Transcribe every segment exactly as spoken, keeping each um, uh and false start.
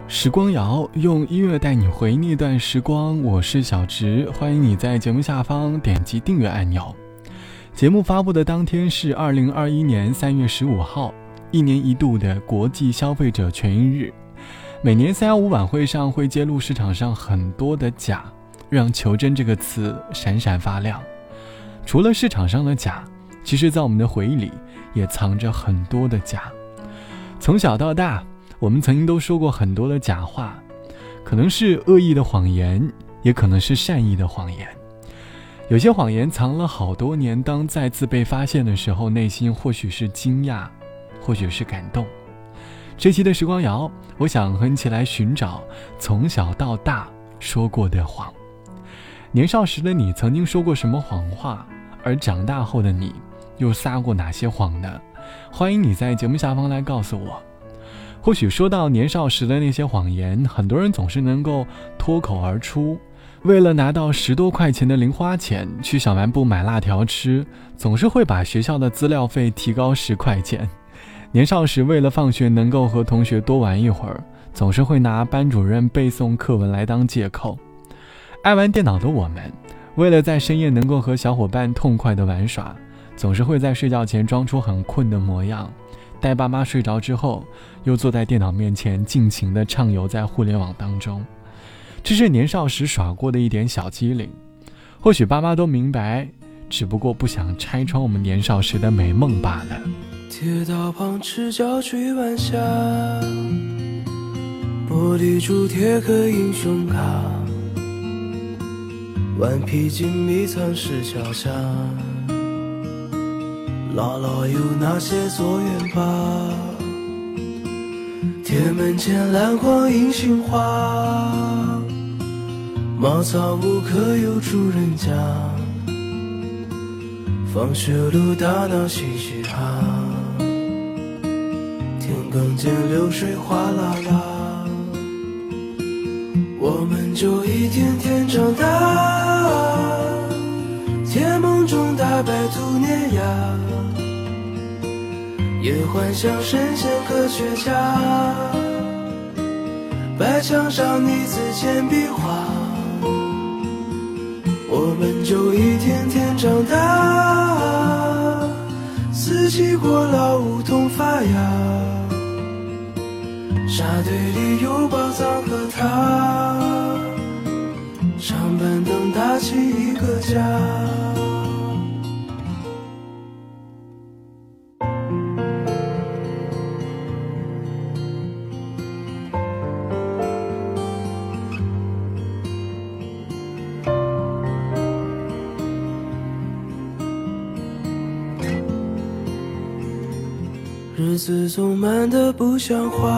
时光谣，用音乐带你回那段时光，我是小植，欢迎你在节目下方点击订阅按钮。节目发布的当天是二零二一年三月十五号，一年一度的国际消费者权益日。每年三一五晚会上会揭露市场上很多的假，让求真这个词闪闪发亮。除了市场上的假，其实在我们的回忆里也藏着很多的假。从小到大，我们曾经都说过很多的假话，可能是恶意的谎言，也可能是善意的谎言。有些谎言藏了好多年，当再次被发现的时候，内心或许是惊讶，或许是感动。这期的时光谣，我想和你一起来寻找从小到大说过的谎。年少时的你曾经说过什么谎话，而长大后的你又撒过哪些谎呢？欢迎你在节目下方来告诉我。或许说到年少时的那些谎言，很多人总是能够脱口而出。为了拿到十多块钱的零花钱，去小卖部买辣条吃，总是会把学校的资料费提高十块钱。年少时为了放学能够和同学多玩一会儿，总是会拿班主任背诵课文来当借口。爱玩电脑的我们，为了在深夜能够和小伙伴痛快的玩耍，总是会在睡觉前装出很困的模样，待爸妈睡着之后，又坐在电脑面前尽情地畅游在互联网当中。这是年少时耍过的一点小机灵，或许爸妈都明白，只不过不想拆穿我们年少时的美梦罢了。 铁道旁赤脚追晚霞，玻璃珠铁壳英雄卡，顽皮筋迷藏石桥下，姥姥有那些作业吧，铁门前篮筐银杏花，茅草屋可有住人家，放学路打闹嘻嘻哈，田埂间流水哗啦啦，我们就一天天长大，甜梦中大白兔碾压，也幻想神仙科学家，白墙上泥字铅笔画，我们就一天天长大，四季过老梧桐发芽，沙堆里有宝藏和他，长板凳搭起一个家。日子总慢得不像话，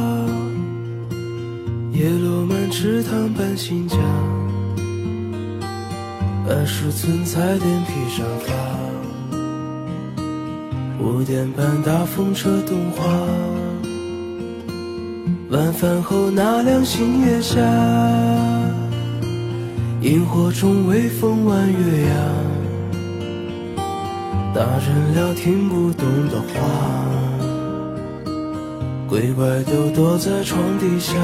叶落满池塘搬新家，二十寸彩电披上发，五点半大风车动画，晚饭后那凉星月下，萤火虫微风弯月牙，大人聊听不懂的话，鬼怪都躲在床底下，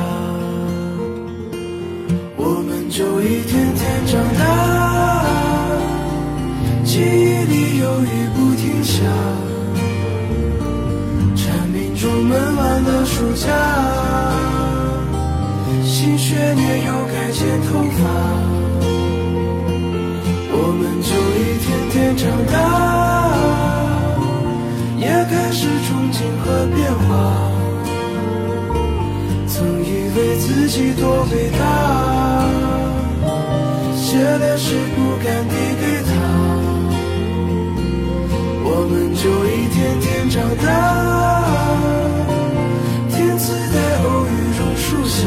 我们就一天天长大，记忆里有雨不停下，蝉鸣中门外的暑假，新学年又该剪头发，我们就一天天长大，也开始憧憬和变化，曾以为自己多伟大，写的诗不敢递给他，我们就一天天长大，天赐在偶遇榕树下，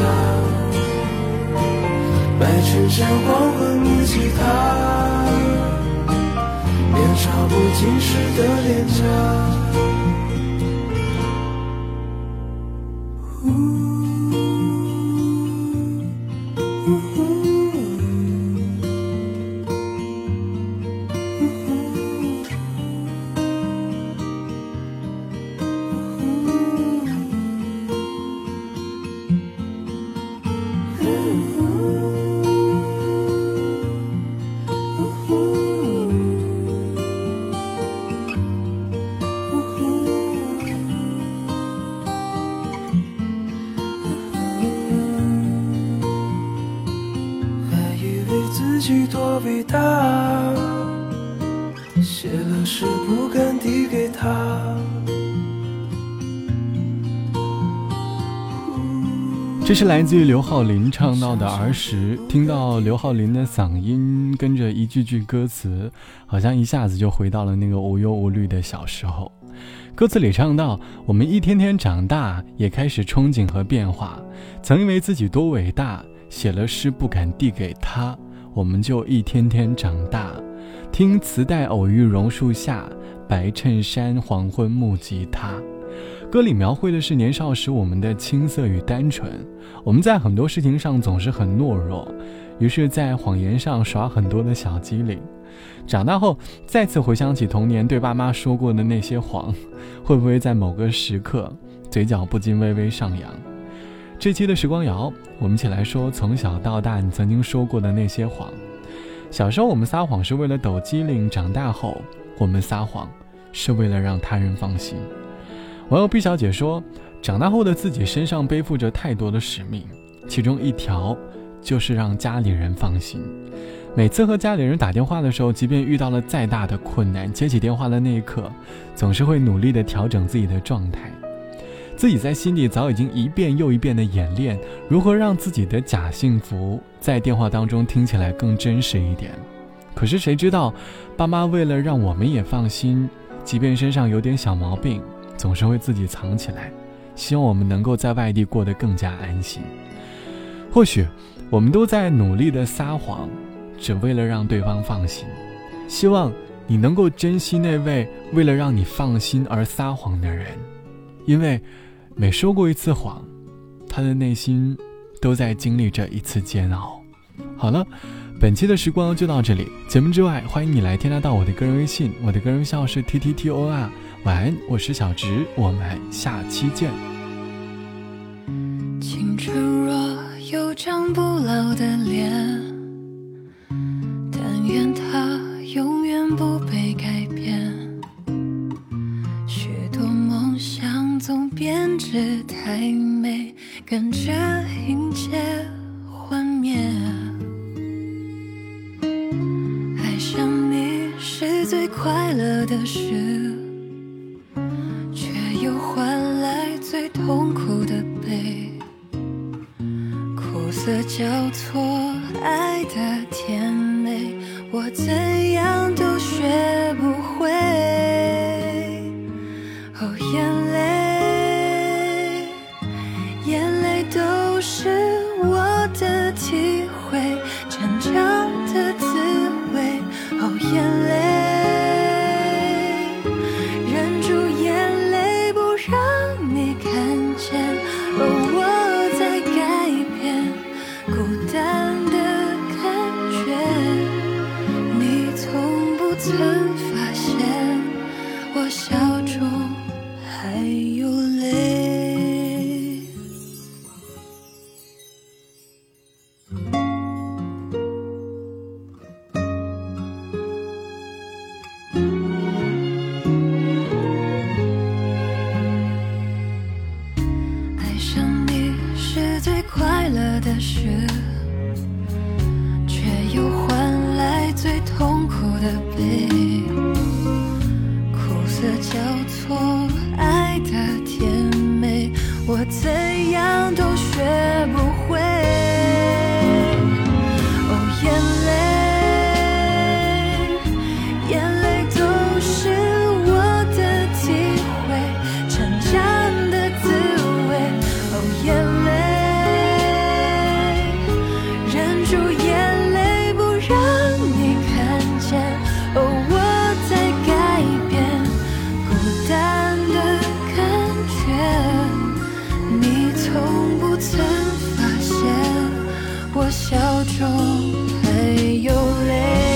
白衬衫黄昏木吉他，年少不经事的脸颊。 己多伟大，写了诗不敢递给他。 这是来自于刘浩霖唱到的儿时，听到刘浩霖的嗓音跟着一句句歌词，好像一下子就回到了那个无忧无虑的小时候。歌词里唱到，我们一天天长大，也开始憧憬和变化，曾以为自己多伟大，写了诗不敢递给他，我们就一天天长大。听磁带偶遇榕树下，白衬衫黄昏木吉他。歌里描绘的是年少时我们的青涩与单纯，我们在很多事情上总是很懦弱，于是在谎言上耍很多的小机灵。长大后再次回想起童年对爸妈说过的那些谎，会不会在某个时刻嘴角不禁微微上扬？这期的时光谣，我们一起来说从小到大你曾经说过的那些谎。小时候我们撒谎是为了抖机灵，长大后我们撒谎是为了让他人放心。网友毕小姐说，长大后的自己身上背负着太多的使命，其中一条就是让家里人放心。每次和家里人打电话的时候，即便遇到了再大的困难，接起电话的那一刻，总是会努力地调整自己的状态。自己在心里早已经一遍又一遍地演练，如何让自己的假幸福在电话当中听起来更真实一点。可是谁知道，爸妈为了让我们也放心，即便身上有点小毛病，总是会自己藏起来，希望我们能够在外地过得更加安心。或许我们都在努力地撒谎，只为了让对方放心。希望你能够珍惜那位为了让你放心而撒谎的人，因为每说过一次谎，他的内心都在经历着一次煎熬。好了，本期的时光就到这里。节目之外，欢迎你来添加到我的个人微信，我的个人号是 T T T O R。晚安，我是小直，我们下期见。 青春若有张不老的脸，但愿它永远不被改变。许多梦想总编织太美，跟着迎接幻灭。爱上你是最快乐的事，却又换来最痛苦的悲。苦涩交错，爱的甜美，我怎样都学不会。哦，眼泪，眼泪都是我的体会，成长的滋味。哦，眼泪，忍住眼泪不让你看见。哦，我在改变，孤单的感觉，你从不曾发现，我笑中还有泪。爱上你是最快乐的事，却又换来最痛苦的悲。苦涩交错，爱的甜美，我怎样都学不会。哦，眼泪，眼泪都是我的体会，成长的滋味。哦，眼泪，忍住眼泪不让你看见。哦，我在改变，孤单的感觉，你从不曾发现，我笑中还有泪。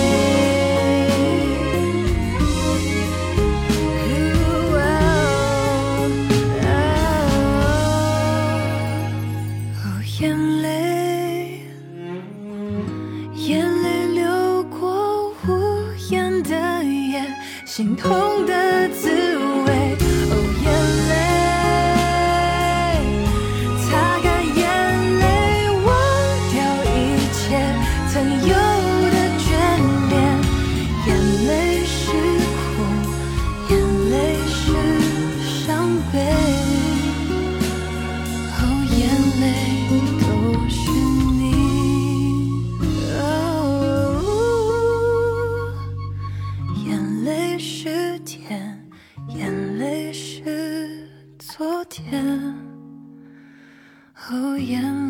哦，眼泪，眼泪流过无言的夜，心痛的滋味。哦，眼泪，擦干眼泪，忘掉一切曾有的后眼